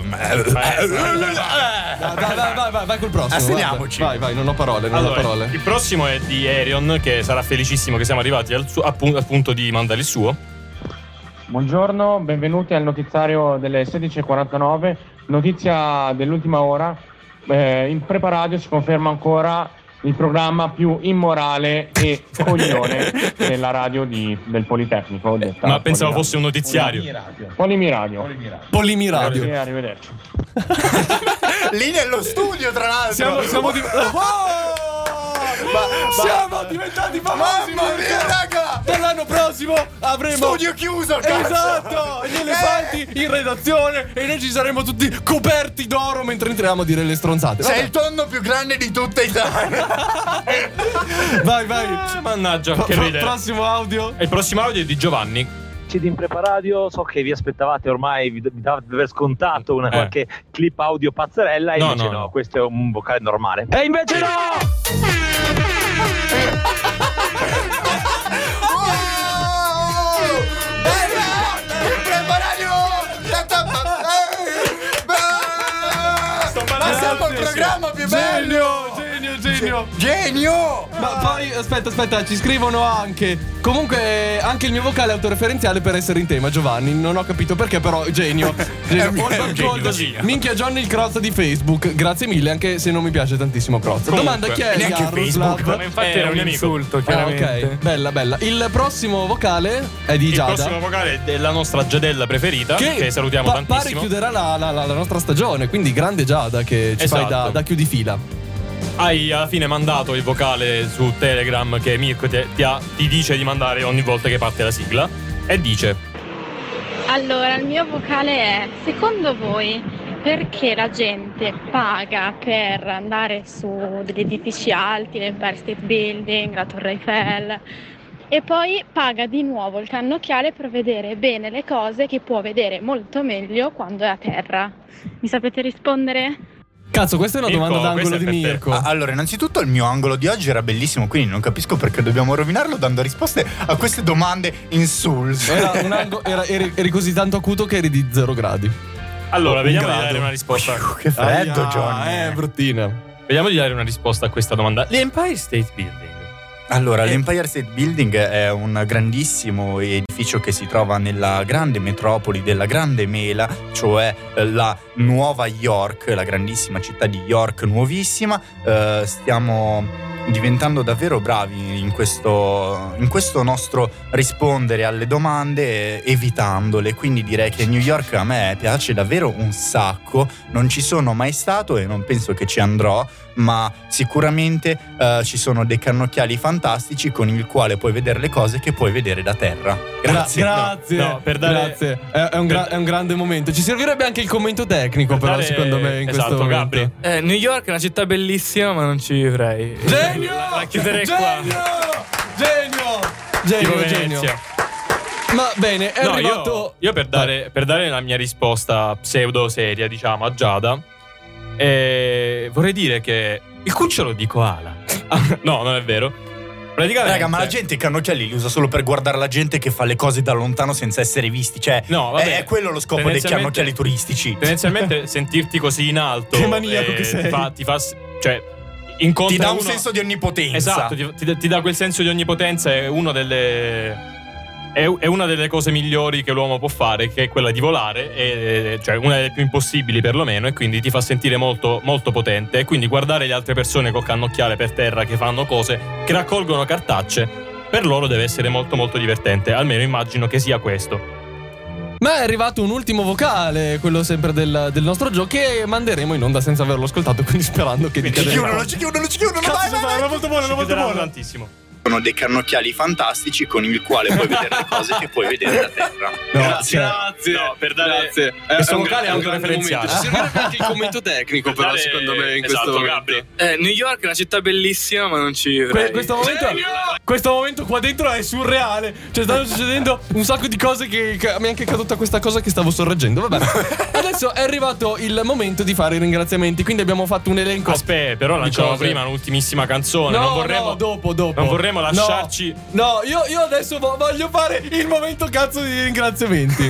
col prossimo. Assegniamoci. Vai, non ho parole. Il prossimo è di Arion, che sarà felicissimo che siamo arrivati al punto di mandare il suo. Buongiorno, benvenuti al notiziario delle 16:49. Notizia dell'ultima ora. In preparadio si conferma ancora il programma più immorale e coglione della radio del Politecnico. Ma pensavo fosse un notiziario. Polimiradio. Arrivederci. Lì nello studio, tra l'altro. Siamo diventati famosi. Mamma mia, raga! Dall'anno prossimo avremo studio chiuso, cazzo! Esatto! Gli elefanti in redazione e noi ci saremo tutti coperti d'oro mentre entriamo a dire le stronzate. Sei il tonno più grande di tutta Italia. Vai. Mannaggia, che ridere. Prossimo audio. E il prossimo audio è di Giovanni. Di Impreparadio, so che vi aspettavate ormai, vi davate di aver scontato una qualche clip audio pazzerella e invece no, questo è un vocale normale. E invece no! Passiamo al programma più bello. Genio! Ma poi aspetta, ci scrivono anche. Comunque anche il mio vocale è autoreferenziale per essere in tema, Giovanni. Non ho capito perché, però genio. Minchia Johnny il Crozza di Facebook. Grazie mille, anche se non mi piace tantissimo Crozza. Domanda: chi è Jaroslav? Ma infatti era un insulto, chiaramente. Ok, bella. Il prossimo vocale è di Giada. Il prossimo vocale è della nostra Giadella preferita, che salutiamo tantissimo. Pare chiuderà la nostra stagione, quindi grande Giada che ci fai da chiudifila. Hai alla fine mandato il vocale su Telegram che Mirko ti dice di mandare ogni volta che parte la sigla, e dice: Allora, il mio vocale è: secondo voi perché la gente paga per andare su degli edifici alti, l'Empire State Building, la Torre Eiffel, e poi paga di nuovo il cannocchiale per vedere bene le cose che può vedere molto meglio quando è a terra? Mi sapete rispondere? Cazzo, questa è una domanda d'angolo di Mirko. Allora, innanzitutto il mio angolo di oggi era bellissimo, quindi non capisco perché dobbiamo rovinarlo dando risposte a queste domande insulse. Eri così tanto acuto che eri di 0 gradi. Allora, vediamo di dare una risposta. Che freddo, Johnny. Bruttina. Vediamo di dare una risposta a questa domanda. L'Empire State Building. Allora, l'Empire State Building è un grandissimo edificio che si trova nella grande metropoli della Grande Mela, cioè la Nuova York, la grandissima città di York, nuovissima. Stiamo diventando davvero bravi in questo nostro rispondere alle domande, evitandole. Quindi direi che New York a me piace davvero un sacco. Non ci sono mai stato e non penso che ci andrò, ma sicuramente ci sono dei cannocchiali fantastici con il quale puoi vedere le cose che puoi vedere da terra. Grazie. Grazie. È un grande momento. Ci servirebbe anche il commento tecnico, però, secondo me, in questo momento. Gabri. New York è una città bellissima, ma non ci vivrei. Genio! La chiuderei qua. Genio. Ma bene, è arrivato. Io per dare la mia risposta pseudo seria, diciamo, a Giada, vorrei dire che il cucciolo di koala. No, non è vero. Praticamente, raga, ma la gente i cannocchiali li usa solo per guardare la gente che fa le cose da lontano senza essere visti. Cioè, no, vabbè, è quello lo scopo dei cannocchiali turistici. Tendenzialmente sentirti così in alto, che maniaco che sei. Ti fa cioè, ti dà un senso di onnipotenza. Esatto, ti dà quel senso di onnipotenza. È una delle cose migliori che l'uomo può fare, che è quella di volare, cioè una delle più impossibili perlomeno, e quindi ti fa sentire molto, molto potente. E quindi guardare le altre persone col cannocchiale per terra che fanno cose, che raccolgono cartacce, per loro deve essere molto molto divertente. Almeno immagino che sia questo. Ma è arrivato un ultimo vocale, quello sempre del nostro gioco, che manderemo in onda senza averlo ascoltato, quindi sperando che ci chiudono, vai, molto buono tantissimo. Sono dei cannocchiali fantastici con il quale puoi vedere le cose che puoi vedere da terra. Grazie. No, per dare questo vocale è anche referenziale. Ci servirebbe anche il commento tecnico, però, secondo me, in questo momento. New York è una città bellissima, ma non ci vivrei. Questo momento qua dentro è surreale. Cioè, stanno succedendo un sacco di cose che mi è anche caduta questa cosa che stavo sorreggendo. Vabbè. Adesso è arrivato il momento di fare i ringraziamenti. Quindi abbiamo fatto un elenco. Aspetta, però lanciamo prima l'ultimissima canzone. No, dopo. Non vorremmo lasciarci. No, io adesso voglio fare il momento cazzo di ringraziamenti.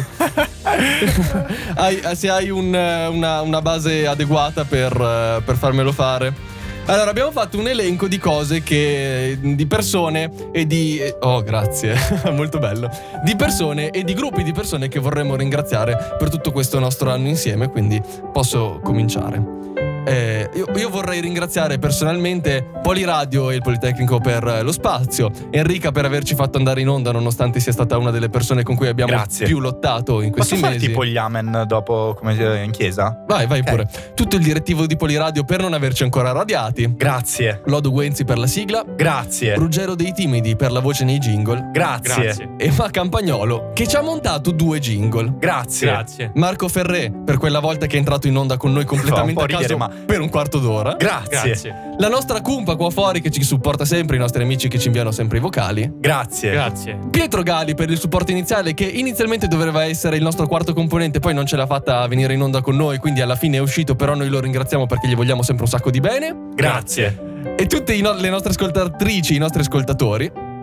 Se hai una base adeguata per farmelo fare. Allora, abbiamo fatto un elenco di cose di persone e di... Oh, grazie, molto bello. Di persone e di gruppi di persone che vorremmo ringraziare per tutto questo nostro anno insieme, quindi posso cominciare. Io vorrei ringraziare personalmente Poliradio e il Politecnico per lo spazio, Enrica per averci fatto andare in onda nonostante sia stata una delle persone con cui abbiamo più lottato in questi mesi. Posso fare tipo gli amen dopo, come in chiesa? Vai pure. Tutto il direttivo di Poliradio per non averci ancora radiati. Grazie. Lodo Guenzi per la sigla. Grazie. Ruggero dei Timidi per la voce nei jingle. Grazie. E Ma Campagnolo che ci ha montato 2 jingle. Grazie. Marco Ferré per quella volta che è entrato in onda con noi completamente a caso per un quarto d'ora. Grazie. La nostra cumpa qua fuori che ci supporta sempre, i nostri amici che ci inviano sempre i vocali. Grazie. Pietro Gali per il supporto iniziale, che inizialmente doveva essere il nostro quarto componente, poi non ce l'ha fatta venire in onda con noi, quindi alla fine è uscito, però noi lo ringraziamo perché gli vogliamo sempre un sacco di bene. Grazie. E tutte le nostre ascoltatrici, i nostri ascoltatori.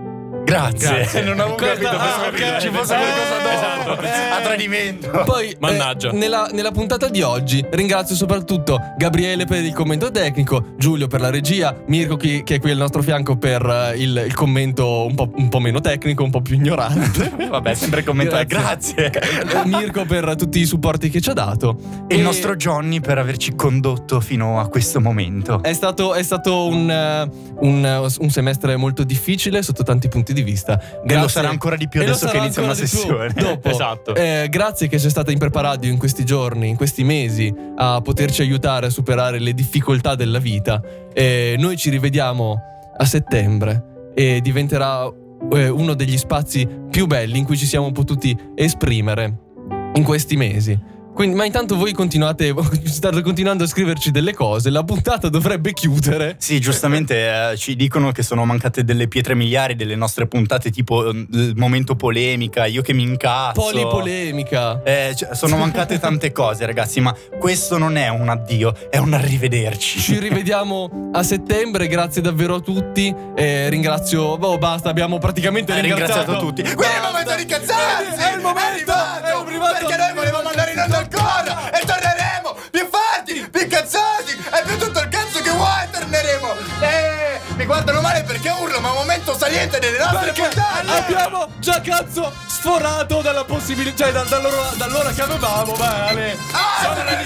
Grazie. Non avevo capito okay. ci fosse qualcosa dopo. A tradimento. Poi, mannaggia. Nella puntata di oggi ringrazio soprattutto Gabriele per il commento tecnico, Giulio per la regia, Mirko che è qui al nostro fianco per il commento un po' meno tecnico, un po' più ignorante. Vabbè, sempre commentare. Grazie. Mirko per tutti i supporti che ci ha dato. E il nostro Johnny per averci condotto fino a questo momento. È stato un semestre molto difficile sotto tanti punti di vista. E lo sarà ancora di più adesso che inizia una sessione. Dopo. Esatto. Grazie che sei stata in Preparadio in questi giorni, in questi mesi, a poterci aiutare a superare le difficoltà della vita. Noi ci rivediamo a settembre e diventerà uno degli spazi più belli in cui ci siamo potuti esprimere in questi mesi. Quindi, ma intanto voi state continuando a scriverci delle cose. La puntata dovrebbe chiudere. Sì, giustamente ci dicono che sono mancate delle pietre miliari delle nostre puntate, tipo il momento polemica, io che mi incazzo. Polipolemica. Sono mancate tante cose, ragazzi, ma questo non è un addio, è un arrivederci. Ci rivediamo a settembre, grazie davvero a tutti. Ringrazio. Basta, abbiamo praticamente ringraziato tutti. Qui è il momento di incazzarsi! È il momento! Perché noi volevamo andare in onda ancora e torneremo più forti, più incazzati e più tutto il cazzo che vuoi torneremo. Mi guardano male perché urlo, ma è un momento saliente delle nostre puntate. Abbiamo già cazzo sforato dalla possibilità, cioè dall'ora che avevamo, bene. Sono le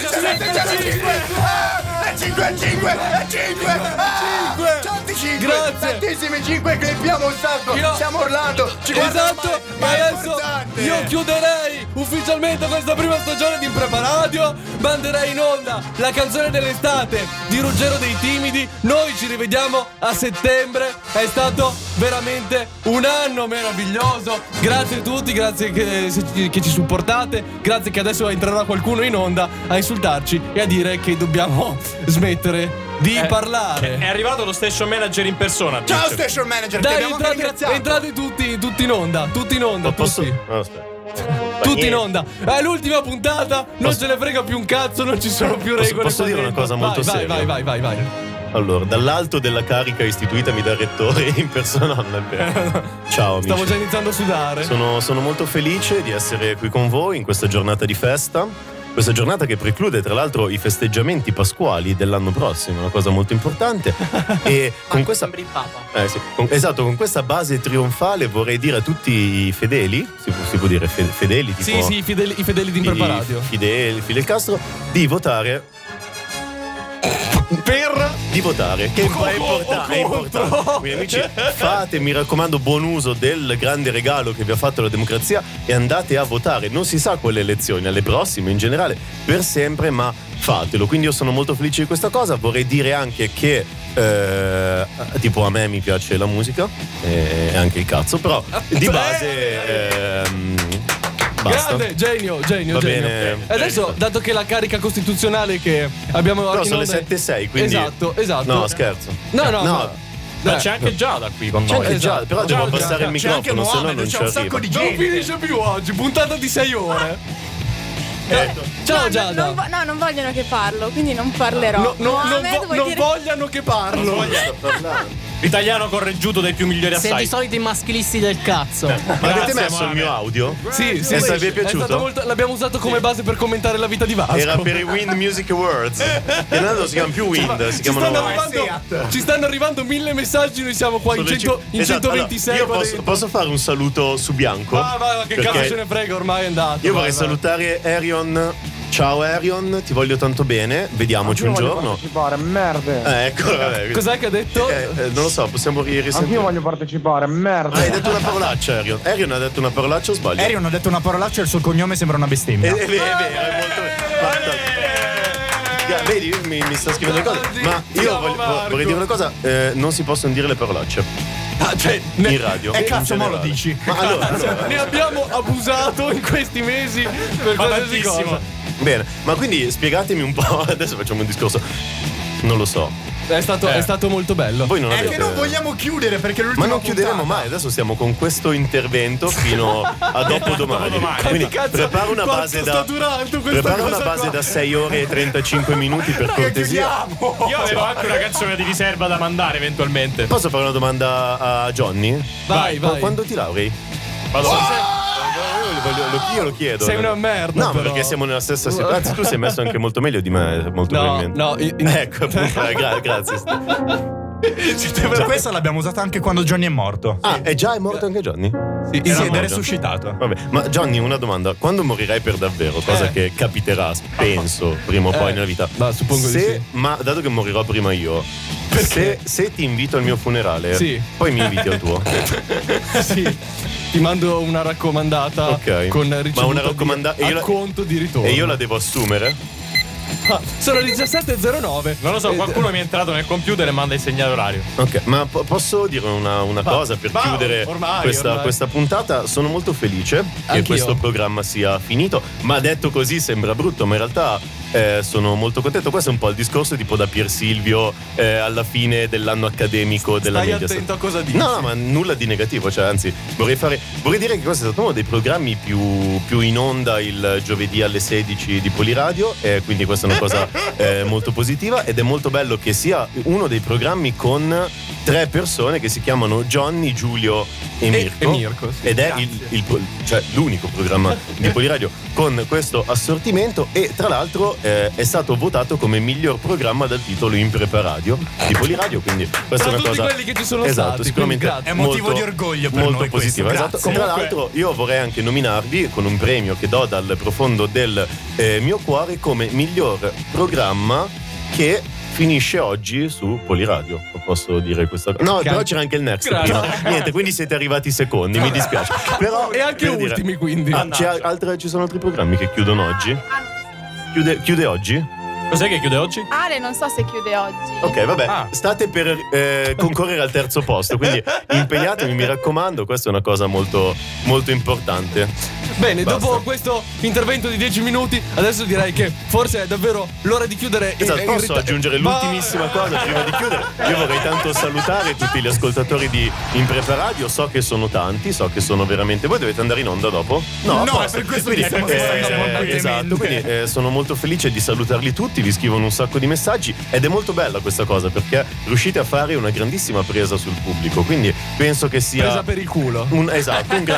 17:05. Grazie. Tantissimi 5 che abbiamo un sacco. Stiamo urlando. Esatto. Adesso io chiuderei ufficialmente questa prima stagione di Preparadio. Manderei in onda la canzone dell'estate di Ruggero dei Timidi. Noi ci rivediamo a settembre. È stato veramente un anno meraviglioso. Grazie a tutti, grazie che ci supportate. Grazie che adesso entrerà qualcuno in onda a insultarci e a dire che dobbiamo smettere di parlare. È arrivato lo station manager in persona. Ciao station manager, dai, ti abbiamo anche ringraziato. Entrate tutti in onda. Tutti in onda. Posso? No, aspetta. Tutti in onda. È l'ultima puntata. Non ce ne frega più un cazzo. Non ci sono più regole. Posso dire una cosa molto seria? Vai. Allora, dall'alto della carica istituitami dal rettore in persona, non è vero. Ciao amici. Stavo già iniziando a sudare. Sono molto felice di essere qui con voi in questa giornata di festa. Questa giornata che preclude tra l'altro i festeggiamenti pasquali dell'anno prossimo, una cosa molto importante. E con questa sì, con questa base trionfale vorrei dire a tutti i fedeli, si può dire fedeli tipo, sì, i fedeli di Impreparadio, Fidel Castro, di votare che è importante. Quindi amici, fate, mi raccomando, buon uso del grande regalo che vi ha fatto la democrazia e andate a votare. Non si sa quelle elezioni, alle prossime in generale, per sempre, ma fatelo. Quindi io sono molto felice di questa cosa. Vorrei dire anche che tipo a me mi piace la musica e anche il cazzo, però di base basta. Grande, genio. Va bene. Adesso, dato che la carica costituzionale che abbiamo no, sono le 7:06, quindi esatto. No, scherzo. No. Ma c'è anche Giada qui con noi. C'è anche Giada, però devo abbassare il microfono, se no non ci arriva. Non finisce più oggi, puntata di 6 ore. Ciao Giada. Non vogliono che parlo, quindi non parlerò. Non vogliono che parlo. L'italiano correggiuto dai più migliori assai. Sei di solito i maschilisti del cazzo. Ma avete messo il mio audio? Sì. Vi è piaciuto? L'abbiamo usato come base per commentare la vita di Vasco. Era per i Wind Music Awards. Che non si chiama più Wind, si chiamano ci stanno arrivando 1000 messaggi, noi siamo qua in 126. Allora, io posso fare un saluto su bianco? Ma che cazzo ce ne frega, ormai è andato. Io vorrei salutare Arion. Ciao Arion, ti voglio tanto bene. Vediamoci un giorno. Merda. Ecco, vabbè. Cos'è che ha detto? Non lo so, possiamo risentire. Anch'io voglio partecipare, merda. Hai detto una parolaccia, Arion. Arion ha detto una parolaccia o sbaglio? Arion ha detto una parolaccia e il suo cognome sembra una bestemmia. È vero, è molto. Vedi, mi sta scrivendo le cose. Ma io vorrei dire una cosa: non si possono dire le parolacce. In radio. Cazzo, ma lo dici? Ma allora. Ne abbiamo abusato in questi mesi per qualsiasi cosa. Bene, ma quindi spiegatemi un po'. Adesso facciamo un discorso. Non lo so. È stato molto bello. Voi non avete... che non vogliamo chiudere perché l'ultima Ma non chiuderemo mai, adesso stiamo con questo intervento fino a dopodomani. Quindi prepara una base da 6 ore e 35 minuti per cortesia. Io avevo anche una canzone di riserva da mandare eventualmente. Posso fare una domanda a Johnny? Vai. Quando ti laurei? Io lo chiedo. Sei una merda. No, perché siamo nella stessa situazione. Anzi, tu sei messo anche molto meglio di me, molto probabilmente. Ecco, appunto, grazie. Per questo l'abbiamo usata anche quando Johnny è morto. È morto anche Johnny? Sì, ed è resuscitato. Vabbè, ma Johnny, una domanda: quando morirai per davvero, cosa che capiterà, penso, prima o poi nella vita? No, suppongo di sì. Ma dato che morirò prima io, se ti invito al mio funerale, poi mi inviti al tuo. Sì. Ti mando una raccomandata con ricevuta, ma una raccomandata a conto di ritorno. E io la devo assumere? Sono le 17.09. Non lo so, qualcuno mi è entrato nel computer e manda il segnale orario. Ok, ma posso dire una cosa per chiudere questa puntata? Sono molto felice che questo programma sia finito, ma detto così sembra brutto, ma in realtà sono molto contento. Questo è un po' il discorso tipo da Pier Silvio alla fine dell'anno accademico della media. Stai attento a cosa dici. No, ma nulla di negativo, cioè anzi vorrei dire che questo è stato uno dei programmi più in onda il giovedì alle 16 di Poliradio, e quindi questa è una cosa molto positiva, ed è molto bello che sia uno dei programmi con 3 persone che si chiamano Johnny, Giulio e Mirko, ed è cioè l'unico programma di Poliradio con questo assortimento, e tra l'altro è stato votato come miglior programma dal titolo Impreparadio di Poliradio, quindi questa è una cosa, quelli che ci sono stati, sicuramente è motivo di orgoglio per molto noi positiva. Esatto. Tra l'altro io vorrei anche nominarvi con un premio che do dal profondo del mio cuore come miglior programma che finisce oggi su Poliradio. Posso dire questa cosa? No, però c'era anche il Next prima. Niente, quindi siete arrivati secondi, mi dispiace. Però, e anche ultimi, quindi. Ci sono altri programmi che chiudono oggi? Chiude oggi? Cos'è che chiude oggi? Ale, non so se chiude oggi. Ok, vabbè, state per concorrere al terzo posto, quindi impegnatevi, mi raccomando, questa è una cosa molto, molto importante. Bene, dopo questo intervento di 10 minuti, adesso direi che forse è davvero l'ora di chiudere. Esatto, posso aggiungere l'ultimissima cosa prima di chiudere? Io vorrei tanto salutare tutti gli ascoltatori di Impreparadio, so che sono tanti, so che sono veramente... Voi dovete andare in onda dopo? No, è per questo che stiamo esatto, quindi sono molto felice di salutarli tutti, vi scrivono un sacco di messaggi ed è molto bella questa cosa perché riuscite a fare una grandissima presa sul pubblico, quindi penso che sia... Presa per il culo. Esatto, un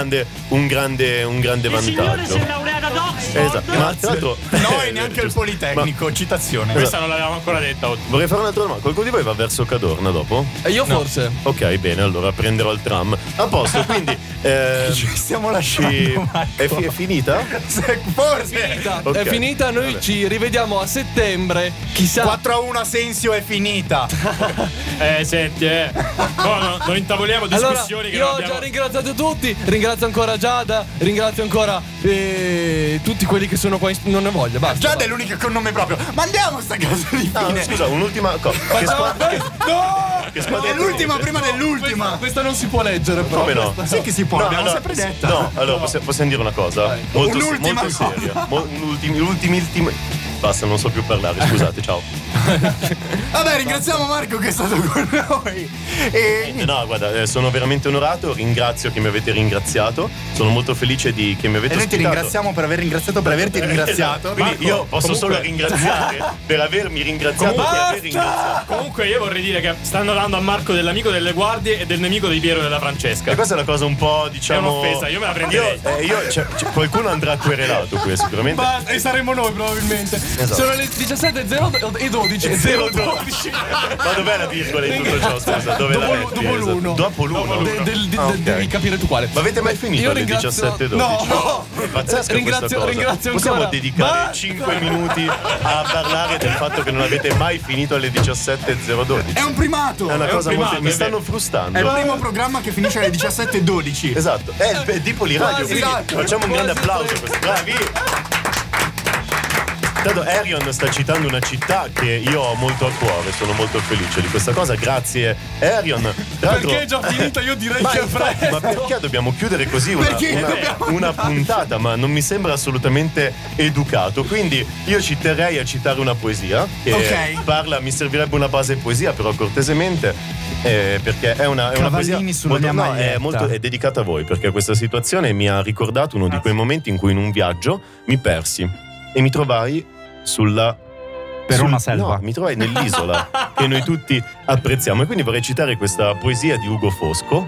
grande vantaggio. Esatto, ma tra l'altro noi neanche il Politecnico, citazione. Questa non l'avevamo ancora detta oggi. Vorrei fare un'altra domanda. Qualcuno di voi va verso Cadorna dopo? Io forse. Ok, bene, allora prenderò il tram. A posto, quindi ci stiamo lasciando. È finita? Forse è finita, noi ci rivediamo a settembre. Chissà. 4-1 Asensio è finita. Senti, non intavoliamo discussioni allora, che io non ho abbiamo... già ringraziato tutti. Ringrazio ancora Giada. Ringrazio ancora tutti quelli che sono qua non ne voglio, basta. Giada è l'unica con nome proprio. Ma andiamo sta casa di fine. Scusa, un'ultima cosa. Che squadra è l'ultima prima dell'ultima. Questa non si può leggere però. Come no? Sì che si può, l'abbiamo sempre detta. No, allora possiamo dire una cosa molto seria. L'ultima. Basta, non so più parlare, scusate, ciao. Vabbè, ringraziamo Marco che è stato con noi. No, guarda, sono veramente onorato, ringrazio che mi avete ringraziato. Sono molto felice che mi avete ospitato. E noi ti ringraziamo per aver ringraziato, per averti ringraziato. Quindi Marco, io posso solo ringraziare per avermi ringraziato e aver ringraziato. Comunque io vorrei dire che stanno dando a Marco dell'amico delle guardie e del nemico di Piero della Francesca. E questa è una cosa un po', diciamo... È un'offesa, io me la prenderei. Qualcuno andrà querelato qui sicuramente. E saremo noi probabilmente. Esatto. Sono le 17:12. Ma dov'è la virgola in tutto ciò? Scusa, dove dopo l'1. Dopo l'1. Devi capire tu quale. Ma avete mai finito alle 17:12? No. È pazzesca ringrazio Possiamo ancora. dedicare 5 minuti a parlare del fatto che non avete mai finito alle 17:012. È un primato. È una cosa molto... Mi stanno frustando. È il primo programma che finisce alle 17:12. Esatto. È di Poliradio. Esatto. Facciamo un grande applauso a questo. Bravi. Tanto Arion sta citando una città che io ho molto a cuore, sono molto felice di questa cosa, grazie Arion. Perché è già finita, io direi che è presto. Ma perché dobbiamo chiudere così una puntata? Ma non mi sembra assolutamente educato, quindi io ci terrei a citare una poesia che parla, mi servirebbe una base poesia però cortesemente, perché è una poesia molto, è dedicata a voi, perché questa situazione mi ha ricordato uno di quei momenti in cui in un viaggio mi persi e mi trovai una selva. No, mi trovai nell'isola che noi tutti apprezziamo, e quindi vorrei citare questa poesia di Ugo Fosco,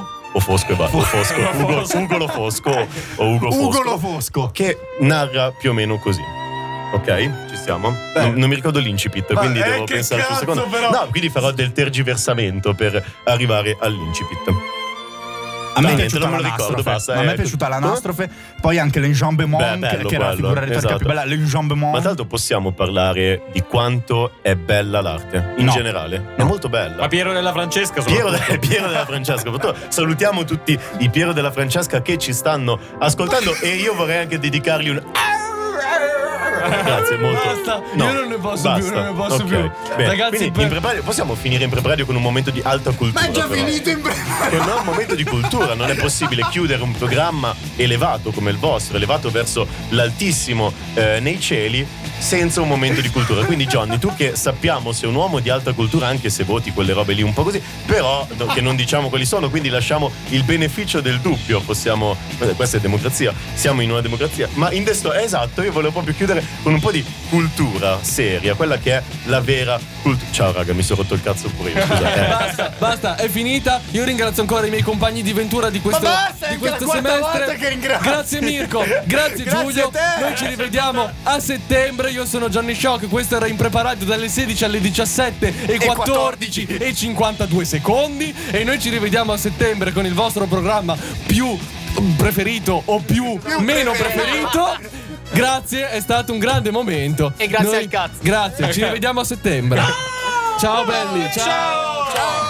Ugo Lo Fosco, che narra più o meno così. Ok? Ci siamo? Non mi ricordo l'incipit, quindi devo pensare un secondo. Però. No, quindi farò del tergiversamento per arrivare all'incipit. A me è piaciuta l'anastrofe. A me è piaciuta l'anastrofe, poi anche l'enjambement, che era la figura retorica più bella. L'enjambement. Ma tanto possiamo parlare di quanto è bella l'arte in generale. È molto bella. Ma Piero della Francesca, Piero della Francesca. Salutiamo tutti i Piero della Francesca che ci stanno ascoltando, e io vorrei anche dedicargli un grazie molto. Basta, io non ne posso più. Bene, Ragazzi, in preparadio possiamo finire in preparadio con un momento di alta cultura. Ma è già finito in preparadio. Che non è un momento di cultura, non è possibile chiudere un programma elevato come il vostro, elevato verso l'altissimo nei cieli, senza un momento di cultura. Quindi Johnny, tu che sappiamo sei un uomo di alta cultura, anche se voti quelle robe lì un po' così, però che non diciamo quali sono, quindi lasciamo il beneficio del dubbio. Possiamo, questa è democrazia, siamo in una democrazia, ma in questo esatto, io volevo proprio chiudere con un po' di cultura seria, quella che è la vera cultura. Ciao raga, mi sono rotto il cazzo pure io, scusate. Basta, è finita. Io ringrazio ancora i miei compagni di Ventura di questo semestre. Grazie Mirko, grazie Giulio. Noi ci rivediamo a settembre. Io sono Johnny Shock, questo era Impreparadio dalle 16 alle 17:14 e 52 secondi. E noi ci rivediamo a settembre con il vostro programma più preferito o più meno preferito. Grazie, è stato un grande momento. E grazie al cazzo. Grazie, ci rivediamo a settembre. Ciao belli, ciao.